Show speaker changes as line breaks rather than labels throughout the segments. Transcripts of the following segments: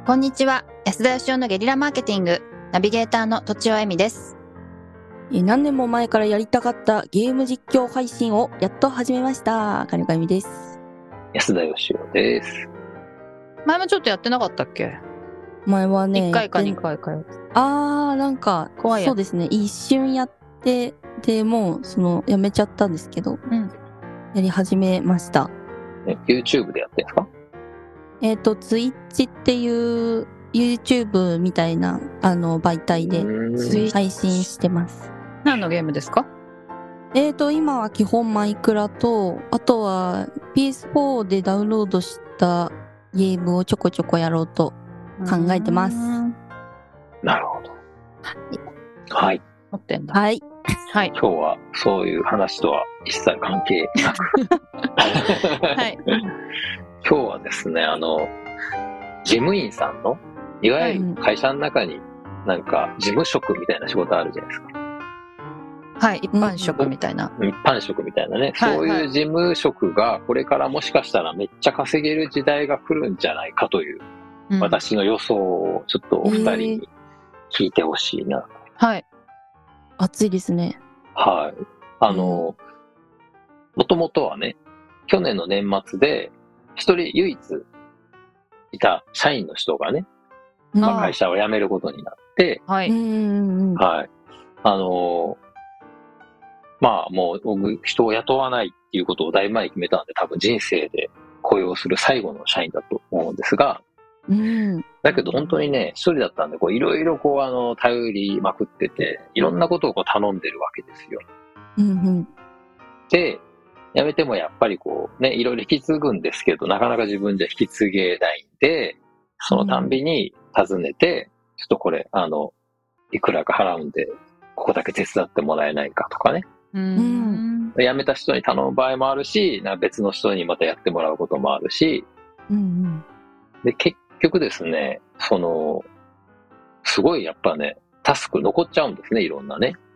こんにちは、安田義雄のゲリラマーケティングナビゲーターのとちおえみです。
何年も前からやりたかったゲーム実況配信をやっと始めました。金子由美です。
安田義雄です。
前もちょっとやってなかったっけ？
前はね、
1回か2回かよ。
なんか怖いや。そうですね、一瞬やってでもうやめちゃったんですけど、やり始めました。
YouTube でやってんですか
？Twitch っていう YouTube みたいな媒体で配信してます。
何のゲームですか？
今は基本マイクラと、あとは PS4 でダウンロードしたゲームをちょこちょこやろうと考えてます。
なるほど。はい。
持ってんだ。
はい。
はい。
今日はそういう話とは一切関係なく。
はい。
今日はですね、事務員さんの、いわゆる会社の中になんか事務職みたいな仕事あるじゃないですか。
はい、一般職みたいな。
一般職みたいなね、
はいはい、
そういう事務職がこれからもしかしたらめっちゃ稼げる時代が来るんじゃないかという、私の予想をちょっとお二人に聞いてほしいな。
はい。
熱いですね。
はい。もともとはね、去年の年末で一人唯一いた社員の人がね、会社を辞めることになって、
はい。
はい。まあもう僕人を雇わないっていうことをだいぶ前に決めたんで、多分人生で雇用する最後の社員だと思うんですが、だけど本当にね、一人だったんで、いろいろ頼りまくってて、いろんなことを頼んでるわけですよ。で、辞めてもやっぱりいろいろ引き継ぐんですけど、なかなか自分じゃ引き継げないんで、そのたんびに尋ねて、ちょっとこれ、いくらか払うんで、ここだけ手伝ってもらえないかとかね。辞めた人に頼む場合もあるし、別の人にまたやってもらうこともあるし、で、結局ですね、すごいやっぱね、タスク残っちゃうんですね、いろんなね。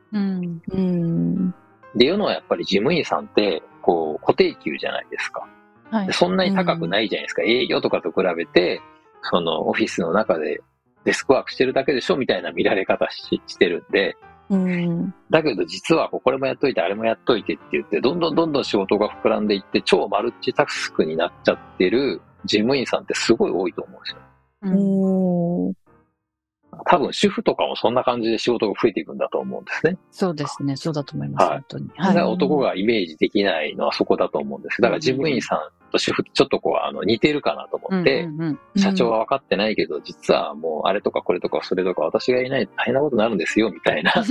で、いうのはやっぱり事務員さんって、固定給じゃないですか。はい、そんなに高くないじゃないですか。営業とかと比べて、オフィスの中でデスクワークしてるだけでしょみたいな見られ方してるんで、だけど実はこれもやっといてあれもやっといてって言ってどんどん仕事が膨らんでいって超マルチタスクになっちゃってる事務員さんってすごい多いと思うんですよ。多分主婦とかもそんな感じで仕事が増えていくんだと思うんですね。
そうですね、そうだと思います、
はい、本当に。だから男がイメージできないのはそこだと思うんです。だから事務員さんと主婦ってちょっと似てるかなと思って、社長は分かってないけど、実はもうあれとかこれとかそれとか私がいないと大変なことになるんですよみたいな。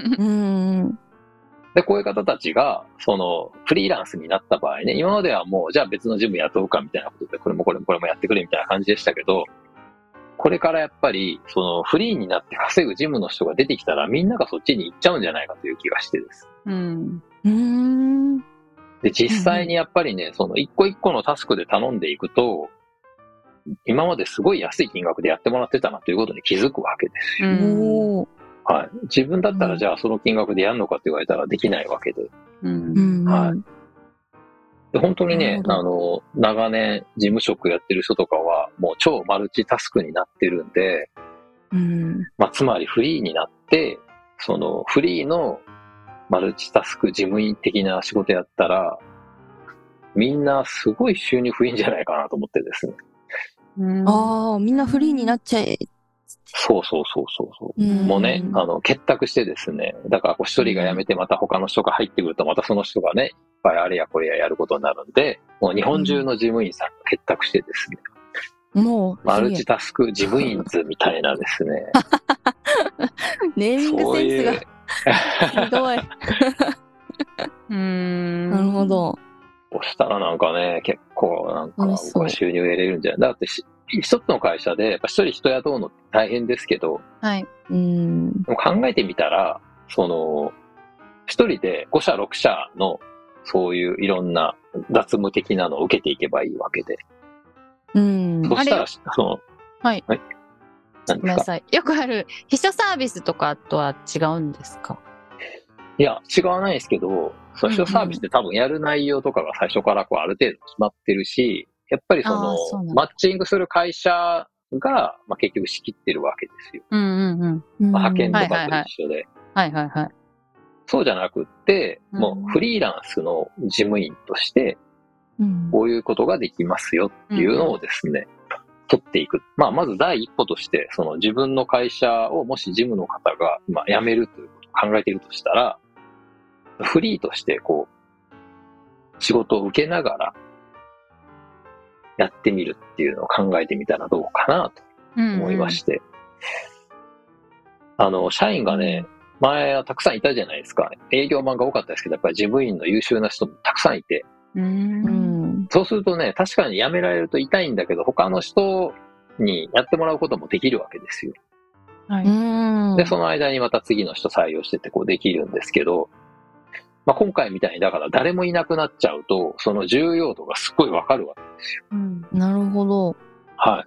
で、こういう方たちが、フリーランスになった場合ね、今まではもう、じゃあ別の事務雇うかみたいなことで、これもやってくれみたいな感じでしたけど、これからやっぱり、フリーになって稼ぐ事務の人が出てきたら、みんながそっちに行っちゃうんじゃないかという気がしてです。で、実際にやっぱりね、一個一個のタスクで頼んでいくと、今まですごい安い金額でやってもらってたなということに気づくわけですよ。はい。自分だったらじゃあその金額でやるのかって言われたらできないわけで。はい。で本当にね、長年事務職やってる人とかはもう超マルチタスクになってるんで、つまりフリーになって、フリーのマルチタスク事務員的な仕事やったら、みんなすごい収入増えんじゃないかなと思ってですね。
みんなフリーになっちゃえ。
そう。もうね、結託してですね、だから一人が辞めてまた他の人が入ってくると、またその人がね、いっぱいあれやこれややることになるんで、もう日本中の事務員さんが結託してですね、もうマルチタスク事務員図みたいなですね。
ネーミングセンスがひどい。なるほど。
そしたらなんかね、結構なんか僕は収入得れるんじゃない。だって一つの会社でやっぱ一人人雇うのって大変ですけど、
はい。
でも考えてみたら、一人で5社6社のそういういろんな雑務的なのを受けていけばいいわけで。そしたら
はい。ごめんなさい。よくある秘書サービスとかとは違うんですか？
いや、違わないですけど、秘書サービスって多分やる内容とかが最初からある程度決まってるし、やっぱりマッチングする会社が、まあ、結局仕切ってるわけですよ。
うんうんうん。
まあ、派遣とかと一緒で。
はいはいはい。
そうじゃなくって、もうフリーランスの事務員として、こういうことができますよっていうのをですね、取っていく。まあ、まず第一歩として、その自分の会社をもし事務の方が今辞めるということを考えているとしたら、フリーとしてこう、仕事を受けながらやってみるっていうのを考えてみたらどうかなと思いまして。社員がね、前はたくさんいたじゃないですか。営業マンが多かったですけど、やっぱり事務員の優秀な人もたくさんいて。そうするとね、確かに辞められると痛いんだけど、他の人にやってもらうこともできるわけですよ。はい、で、その間にまた次の人採用してってこうできるんですけど、まあ、今回みたいにだから誰もいなくなっちゃうと、その重要度がすごいわかるわけですよ。
なるほど。
はい。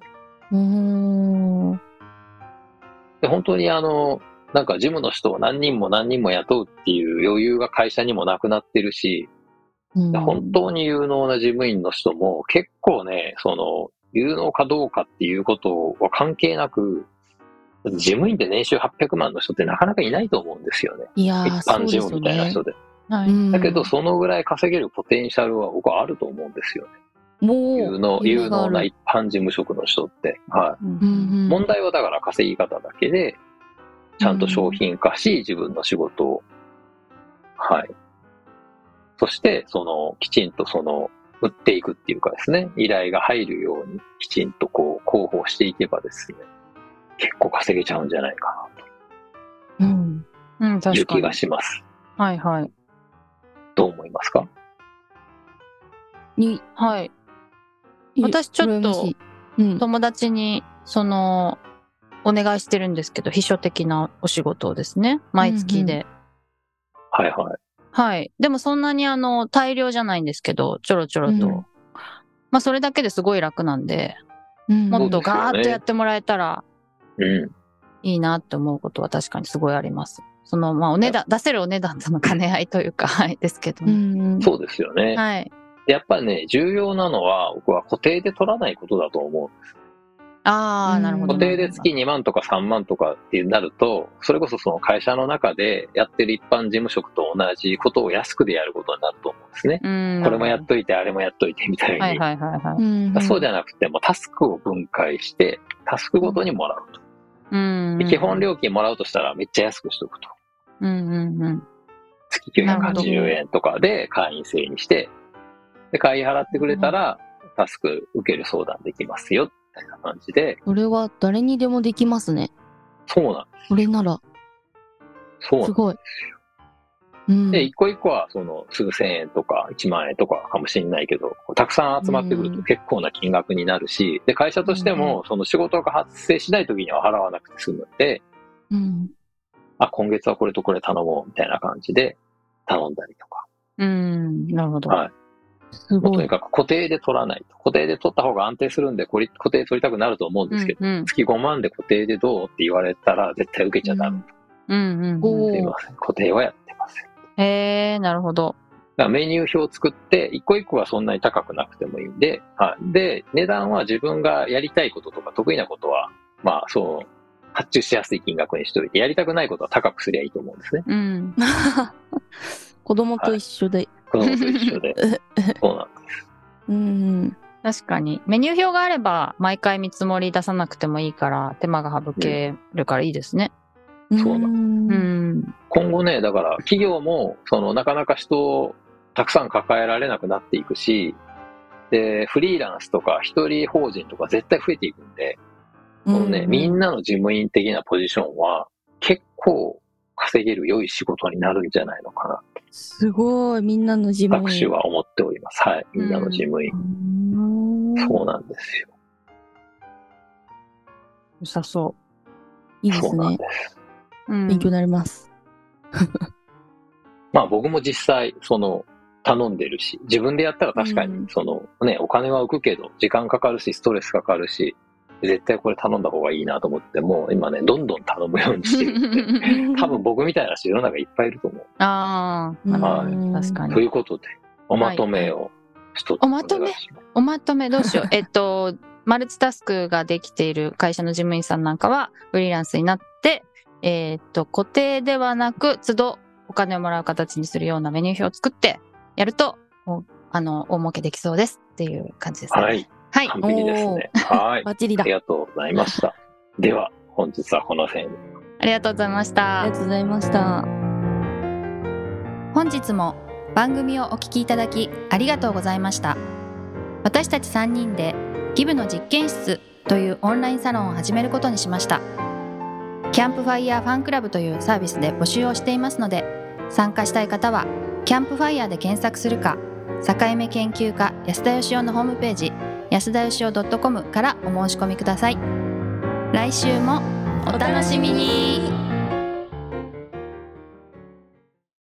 で、本当になんか事務の人を何人も何人も雇うっていう余裕が会社にもなくなってるし、本当に有能な事務員の人も結構ね、その、有能かどうかっていうことは関係なく、事務員で年収800万の人ってなかなかいないと思うんですよね。
いやー、
一般事務みたいな人で。だけど、そのぐらい稼げるポテンシャルは僕はあると思うんですよね。有能な一般事務職の人って。はい。問題はだから稼ぎ方だけで、ちゃんと商品化し、自分の仕事を。はい。そして、きちんと売っていくっていうかですね、依頼が入るように、きちんとこう、広報していけばですね、結構稼げちゃうんじゃないかなと。いう気がします。
はいはい。
どう思いますか？
はい。私ちょっと、友達に、お願いしてるんですけど、秘書的なお仕事をですね、毎月で。
はいはい。
はい。でもそんなに大量じゃないんですけど、ちょろちょろと。まあそれだけですごい楽なんで、もっとガーッとやってもらえたら、いいなって思うことは確かにすごいあります。まあお値段、出せるお値段との兼ね合いというか、はい、ですけど。
そうですよね。
はい。
やっぱりね、重要なのは、僕は固定で取らないことだと思うんです。
ああ、なるほど。
固定で月2万とか3万とかってなると、それこそその会社の中でやってる一般事務職と同じことを安くでやることになると思うんですね。これもやっといて、あれもやっといてみたいに。はいはいはいはい。そうじゃなくてもタスクを分解して、タスクごとにもらうと。基本料金もらうとしたらめっちゃ安くしとくと。月980円とかで会員制にして、で、会費払ってくれたら、タスク受ける相談できますよ。みたいな感じで。
これは誰にでもできますね。
そうなんです。
これなら。
そうなんですよ。で、一個一個は、数千円とか1万円とかかもしれないけど、たくさん集まってくると結構な金額になるし、で、会社としても、仕事が発生しない時には払わなくて済むので、今月はこれとこれ頼もうみたいな感じで頼んだりとか。
なるほど。
はい。とにかく固定で取らないと。固定で取った方が安定するんで、固定取りたくなると思うんですけど、月5万で固定でどうって言われたら絶対受けちゃダメと。すいません。固定はやってません。
なるほど。
だからメニュー表を作って、一個一個はそんなに高くなくてもいいんで、で、値段は自分がやりたいこととか得意なことは、まあ、発注しやすい金額にしておいて、やりたくないことは高くすりゃいいと思うんですね。
子供と一緒で。
子供と一緒で。そうなんです。
確かに。メニュー表があれば、毎回見積もり出さなくてもいいから、手間が省けるからいいですね。
そうなんです。今後ね、だから企業も、なかなか人をたくさん抱えられなくなっていくし、で、フリーランスとか一人法人とか絶対増えていくんで、みんなの事務員的なポジションは結構稼げる良い仕事になるんじゃないのかな。
すごい、みんなの事務員。
私は思っております。はい、みんなの事務員。そうなんですよ。
良さそう。
いいですね。そうなんです。勉強になります。
まあ僕も実際、頼んでるし、自分でやったら確かに、お金は浮くけど、時間かかるし、ストレスかかるし、絶対これ頼んだ方がいいなと思って、もう今ね、どんどん頼むようにしてるんで、多分僕みたいな人世の中いっぱいいると思う。
ああ、確かに。
ということで、おまとめを一つお願いします。
おまとめどうしよう。 マルチタスクができている会社の事務員さんなんかはフリーランスになって、固定ではなく都度お金をもらう形にするようなメニュー表を作ってやると大儲けできそうですっていう感じですね。
はい。はい。完璧ですね。はい。
バッチリだ。
ありがとうございました。では、本日はこの辺。
ありがとうございました。
ありがとうございました。
本日も番組をお聞きいただきありがとうございました。私たち3人でギブの実験室というオンラインサロンを始めることにしました。キャンプファイヤーファンクラブというサービスで募集をしていますので、参加したい方はキャンプファイヤーで検索するか、境目研究家安田義雄のホームページ安田義雄 .com からお申し込みください。来週もお楽しみに。